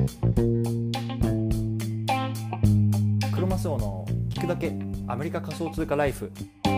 クロマスオの聞くだけアメリカ仮想通貨ライフ。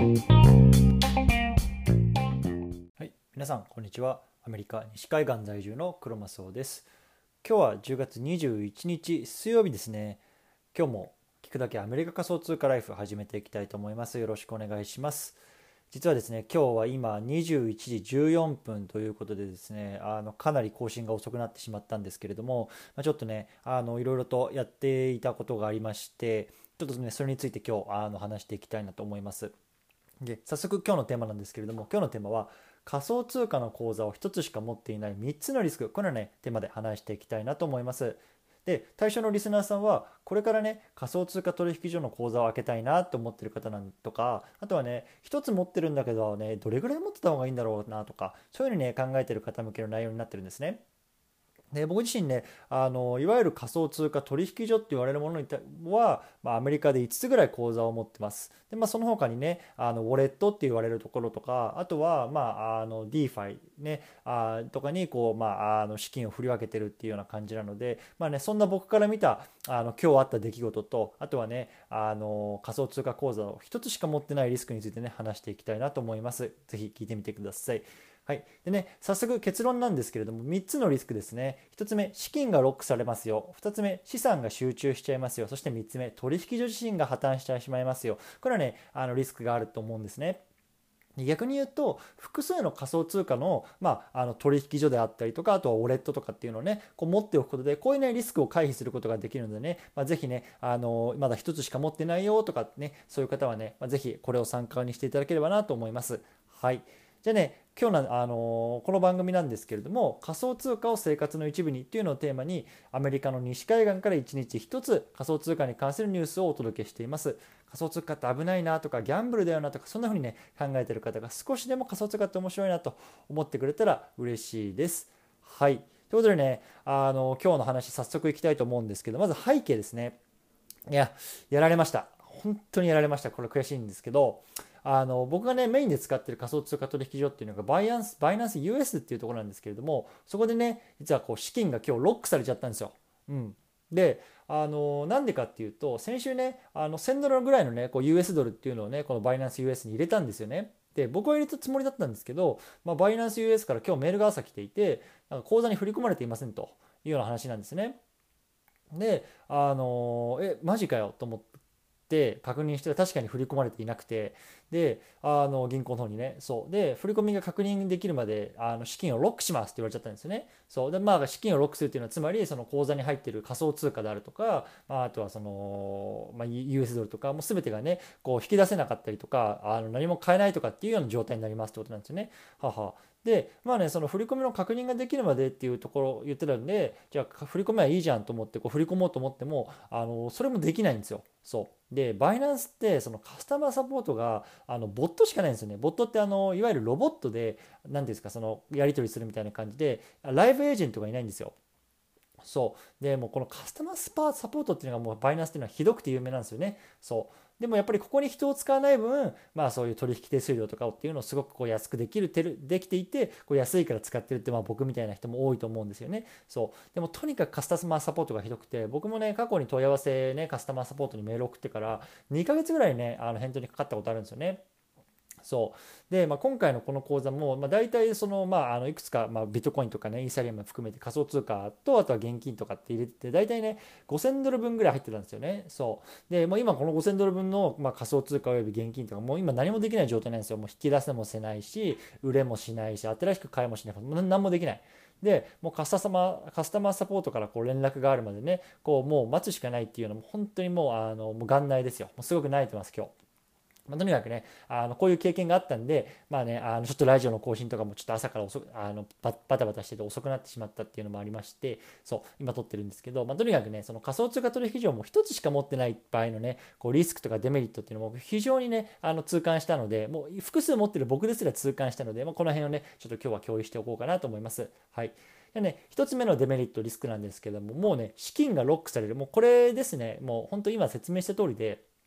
はい、皆さんこんにちは。アメリカ西海岸在住のクロマスオです。今日は10月21日水曜日ですね。今日も聞くだけアメリカ仮想通貨ライフ始めていきたいと思います。よろしくお願いします。実はですね、今日は今21時14分ということでですね、かなり更新が遅くなってしまったんですけれども、ちょっとね、いろいろとやっていたことがありまして、ちょっとね、それについて今日話していきたいなと思います。で、早速今日のテーマなんですけれども、今日のテーマは仮想通貨の口座を1つしか持っていない3つのリスク、これはね、テーマで話していきたいなと思います。で、対象のリスナーさんはこれからね、仮想通貨取引所の口座を開けたいなと思ってる方なんとか、あとはね、一つ持ってるんだけどね、どれぐらい持ってた方がいいんだろうなとか、そういうふうにね、考えてる方向けの内容になってるんですね。で、僕自身ね、いわゆる仮想通貨取引所って言われるものは、アメリカで5つぐらい口座を持ってます。で、その他にね、ウォレットって言われるところとか、あとは、DeFi ね、とかに、資金を振り分けてるっていうような感じなので、そんな僕から見た、今日あった出来事と、あとはね、仮想通貨口座を1つしか持ってないリスクについてね、話していきたいなと思います。ぜひ聞いてみてください。はい。でね、早速結論なんですけれども、3つのリスクですね。1つ目、資金がロックされますよ。2つ目、資産が集中しちゃいますよ。そして3つ目、取引所自身が破綻してしまいますよ。これはね、リスクがあると思うんですね。逆に言うと複数の仮想通貨の、取引所であったりとか、あとはウォレットとかっていうのをねこう持っておくことで、こういうねリスクを回避することができるのでね、ぜひねまだ一つしか持ってないよとかね、そういう方はね、ぜひこれを参考にしていただければなと思います。はい。じゃあね、今日の、この番組なんですけれども、仮想通貨を生活の一部にっていうのをテーマに、アメリカの西海岸から1日1つ仮想通貨に関するニュースをお届けしています。仮想通貨って危ないなとか、ギャンブルだよなとか、そんな風にね考えている方が少しでも仮想通貨って面白いなと思ってくれたら嬉しいです。はい。ということでね、今日の話早速いきたいと思うんですけど、まず背景ですね。やられました。本当にやられました。これ悔しいんですけど、僕がねメインで使っている仮想通貨取引所っていうのがバイナンス US っていうところなんですけれども、そこでね実はこう資金が今日ロックされちゃったんですよ。で、なんでかっていうと、先週ね1000ドルぐらいのねこう US ドルっていうのをねこのバイナンス US に入れたんですよね。で、僕は入れたつもりだったんですけど、バイナンス US から今日メールが朝来ていて、なんか口座に振り込まれていませんというような話なんですね。で、マジかよと思って確認して確かに振り込まれていなくて、で、銀行の方にね、そう。で、振り込みが確認できるまで、資金をロックしますって言われちゃったんですよね。そう。で、資金をロックするっていうのは、つまり、その口座に入っている仮想通貨であるとか、あとはその、US ドルとか、もう全てがね、こう引き出せなかったりとか、何も買えないとかっていうような状態になりますってことなんですよね。はは。で、その振り込みの確認ができるまでっていうところを言ってたんで、じゃあ振り込めばいいじゃんと思ってこう振り込もうと思っても、それもできないんですよ。そう。で、バイナンスってそのカスタマーサポートがボットしかないんですよね。ボットっていわゆるロボットで、何ていうんですか、そのやり取りするみたいな感じで、ライブエージェントがいないんですよ。そう。で、もうこのカスタマーサポートっていうのがもうバイナンスっていうのはひどくて有名なんですよね。そう。でもやっぱりここに人を使わない分、そういう取引手数料とかっていうのをすごくこう安くできていて、こう安いから使ってるって、僕みたいな人も多いと思うんですよね。そう。でもとにかくカスタマーサポートがひどくて、僕もね、過去に問い合わせね、カスタマーサポートにメール送ってから2ヶ月ぐらいね、返答にかかったことあるんですよね。そうで、今回のこの講座も、大体その、いくつか、ビットコインとかねイーサリアム含めて仮想通貨と、あとは現金とかって入れてて、大体ね5000ドル分ぐらい入ってたんですよね。そうで、もう今この5000ドル分の、仮想通貨および現金とかもう今何もできない状態なんですよ。もう引き出せもせないし、売れもしないし、新しく買いもしない、もう何もできない。でもうカスタマーサポートからこう連絡があるまでね、こうもう待つしかないっていうのも本当にもうもう元内ですよ。もうすごく慣れてます今日。とにかくね、こういう経験があったんで、ちょっとラジオの更新とかもちょっと朝から遅く、バタバタしてて遅くなってしまったっていうのもありまして、そう、今撮ってるんですけど、とにかくね、その仮想通貨取引所も一つしか持ってない場合のね、こうリスクとかデメリットっていうのも非常にね、痛感したので、もう複数持ってる僕ですら痛感したので、この辺をね、ちょっと今日は共有しておこうかなと思います。はい。でね、一つ目のデメリット、リスクなんですけども、もうね、資金がロックされる。もうこれですね、もう本当今説明した通りで、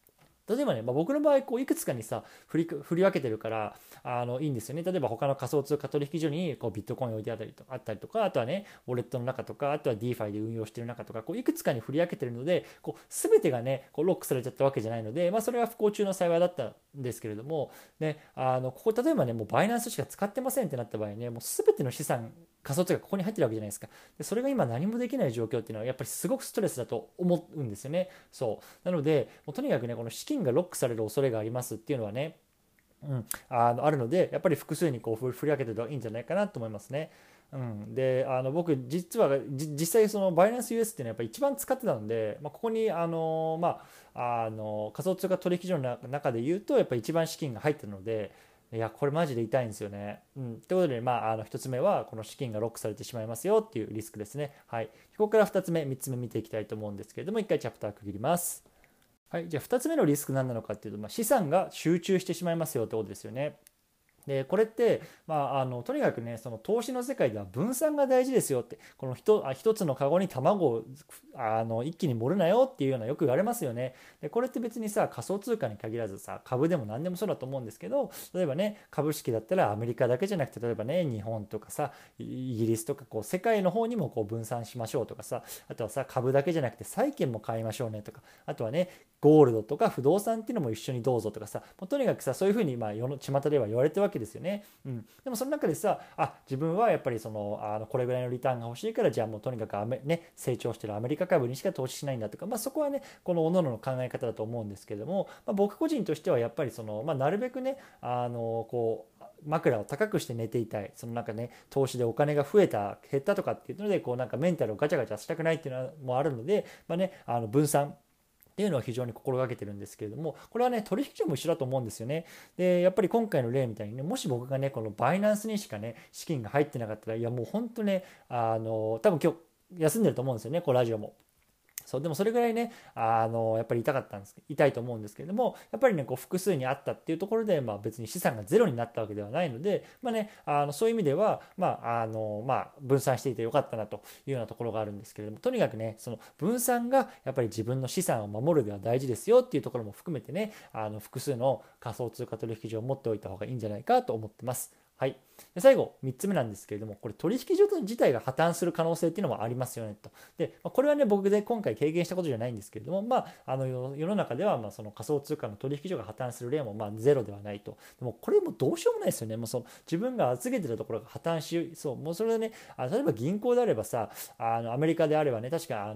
例えばね、僕の場合こういくつかにさ振り分けてるからいいんですよね。例えば他の仮想通貨取引所にこうビットコイン置いてあったりとか、あとはねウォレットの中とか、あとは DeFi で運用している中とか、こういくつかに振り分けてるので、こう全てがねこうロックされちゃったわけじゃないので、それは不幸中の幸いだったんですけれども、ね、ここ例えばねもうバイナンスしか使ってませんってなった場合ね、もう全ての資産仮想通貨がここに入ってるわけじゃないですか。でそれが今何もできない状況っていうのはやっぱりすごくストレスだと思うんですよね。そうなのでもうとにかくねこの資金がロックされる恐れがありますっていうのはね、あるので、やっぱり複数にこう振り分けてた方がいいんじゃないかなと思いますね。で僕実は実際そのバイナンス US っていうのはやっぱり一番使ってたので、ここに仮想通貨取引所の中で言うとやっぱり一番資金が入ってるので、いやこれマジで痛いんですよね。ということで、1つ目はこの資金がロックされてしまいますよっていうリスクですね。はい、ここから2つ目3つ目見ていきたいと思うんですけれども、一回チャプター区切ります。はい、じゃあ2つ目のリスク何なのかっていうと、資産が集中してしまいますよってことですよね。でこれって、とにかくねその投資の世界では分散が大事ですよって、この一つのカゴに卵を一気に盛るなよっていうようなよく言われますよね。でこれって別にさ仮想通貨に限らずさ株でも何でもそうだと思うんですけど、例えばね株式だったらアメリカだけじゃなくて、例えばね日本とかさイギリスとかこう世界の方にもこう分散しましょうとかさ、あとはさ株だけじゃなくて債券も買いましょうねとか、あとはねゴールドとか不動産っていうのも一緒にどうぞとかさ、もうとにかくさそういうふうに世の巷では言われてるわけですよね。でもその中でさ自分はやっぱりこれぐらいのリターンが欲しいから、じゃあもうとにかく成長してるアメリカ株にしか投資しないんだとか、そこはねこの各々の考え方だと思うんですけれども、僕個人としてはやっぱりなるべくねこう枕を高くして寝ていたい、そのなんかね投資でお金が減ったとかっていうのでこうなんかメンタルをガチャガチャしたくないっていうのもあるので、分散っていうのを非常に心がけてるんですけれども、これはね取引所も一緒だと思うんですよね。でやっぱり今回の例みたいにね、もし僕がねこのバイナンスにしかね資金が入ってなかったら、いやもう本当ね多分今日休んでると思うんですよね、こうラジオも。でもそれぐらいねやっぱり痛いと思うんですけれども、やっぱりねこう複数にあったっていうところで、別に資産がゼロになったわけではないので、そういう意味では、分散していてよかったなというようなところがあるんですけれども、とにかくねその分散がやっぱり自分の資産を守るでは大事ですよっていうところも含めてね、複数の仮想通貨取引所を持っておいた方がいいんじゃないかと思ってます。はい、で最後3つ目なんですけれども、これ取引所自体が破綻する可能性っていうのもありますよねと。で、これはね僕で今回経験したことじゃないんですけれども、世の中ではその仮想通貨の取引所が破綻する例もゼロではないと。でもこれもどうしようもないですよね。もう自分が預けてるところが破綻しそうもうそれでね例えば銀行であればさアメリカであればね、確か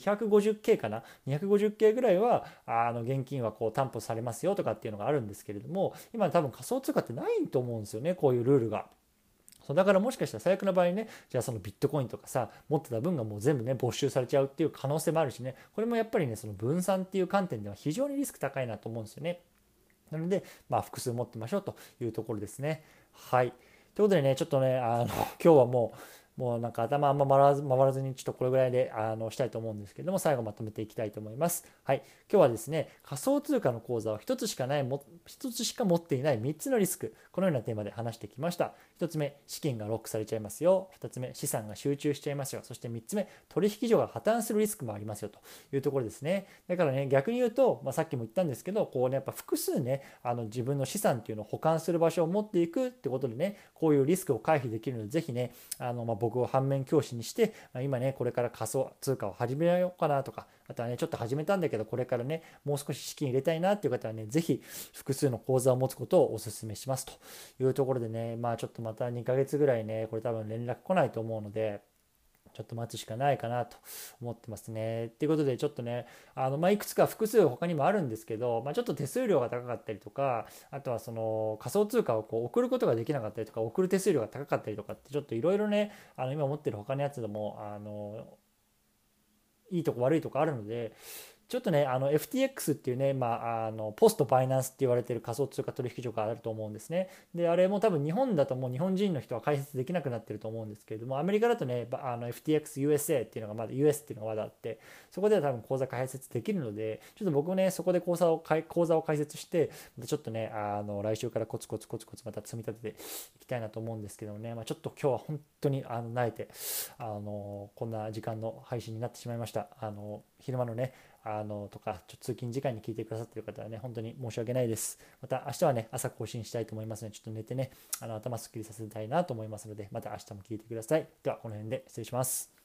250K かな、250K ぐらいは現金はこう担保されますよとかっていうのがあるんですけれども、今多分仮想通貨ってないと思うんですよね、こういうルールが。だからもしかしたら最悪の場合ね、じゃあそのビットコインとかさ持ってた分がもう全部ね没収されちゃうっていう可能性もあるしね、これもやっぱりねその分散っていう観点では非常にリスク高いなと思うんですよね。なので複数持ってみましょうというところですね。はい、ということでねちょっとね今日はもうなんか頭あんま回らずにちょっとこれぐらいでしたいと思うんですけれども、最後まとめていきたいと思います。はい、今日はですね仮想通貨の口座を一つしか持っていない3つのリスク、このようなテーマで話してきました。1つ目、資金がロックされちゃいますよ。2つ目、資産が集中しちゃいますよ。そして3つ目、取引所が破綻するリスクもありますよというところですね。だからね逆に言うと、さっきも言ったんですけど、こうねやっぱ複数ね自分の資産っていうのを保管する場所を持っていくってことでね、こういうリスクを回避できるので、ぜひね僕を反面教師にして、今ねこれから仮想通貨を始めようかなとか、あとはねちょっと始めたんだけどこれからねもう少し資金入れたいなっていう方はね、ぜひ複数の口座を持つことをお勧めしますというところでね、ちょっとまた2ヶ月ぐらいねこれ多分連絡来ないと思うので、ちょっと待つしかないかなと思ってますね。っていうことでちょっとねいくつか複数他にもあるんですけど、ちょっと手数料が高かったりとか、あとはその仮想通貨をこう送ることができなかったりとか、送る手数料が高かったりとかってちょっといろいろね今持ってる他のやつでもいいとこ悪いとこあるので、ちょっとねFTX っていうね、ポストバイナンスって言われてる仮想通貨取引所があると思うんですね。であれも多分日本だともう日本人の人は解説できなくなってると思うんですけれども、アメリカだとねFTXUSA っていうのがUS っていうのがまだあって、そこでは多分口座開設できるので、ちょっと僕ねそこで口座を開設して、ちょっとね来週からコツコツまた積み立てていきたいなと思うんですけどもね、ちょっと今日は本当に慣れてこんな時間の配信になってしまいました。 昼間のねとか通勤時間に聞いてくださっている方はね本当に申し訳ないです。また明日はね朝更新したいと思いますので、ちょっと寝てね頭すっきりさせたいなと思いますので、また明日も聞いてください。ではこの辺で失礼します。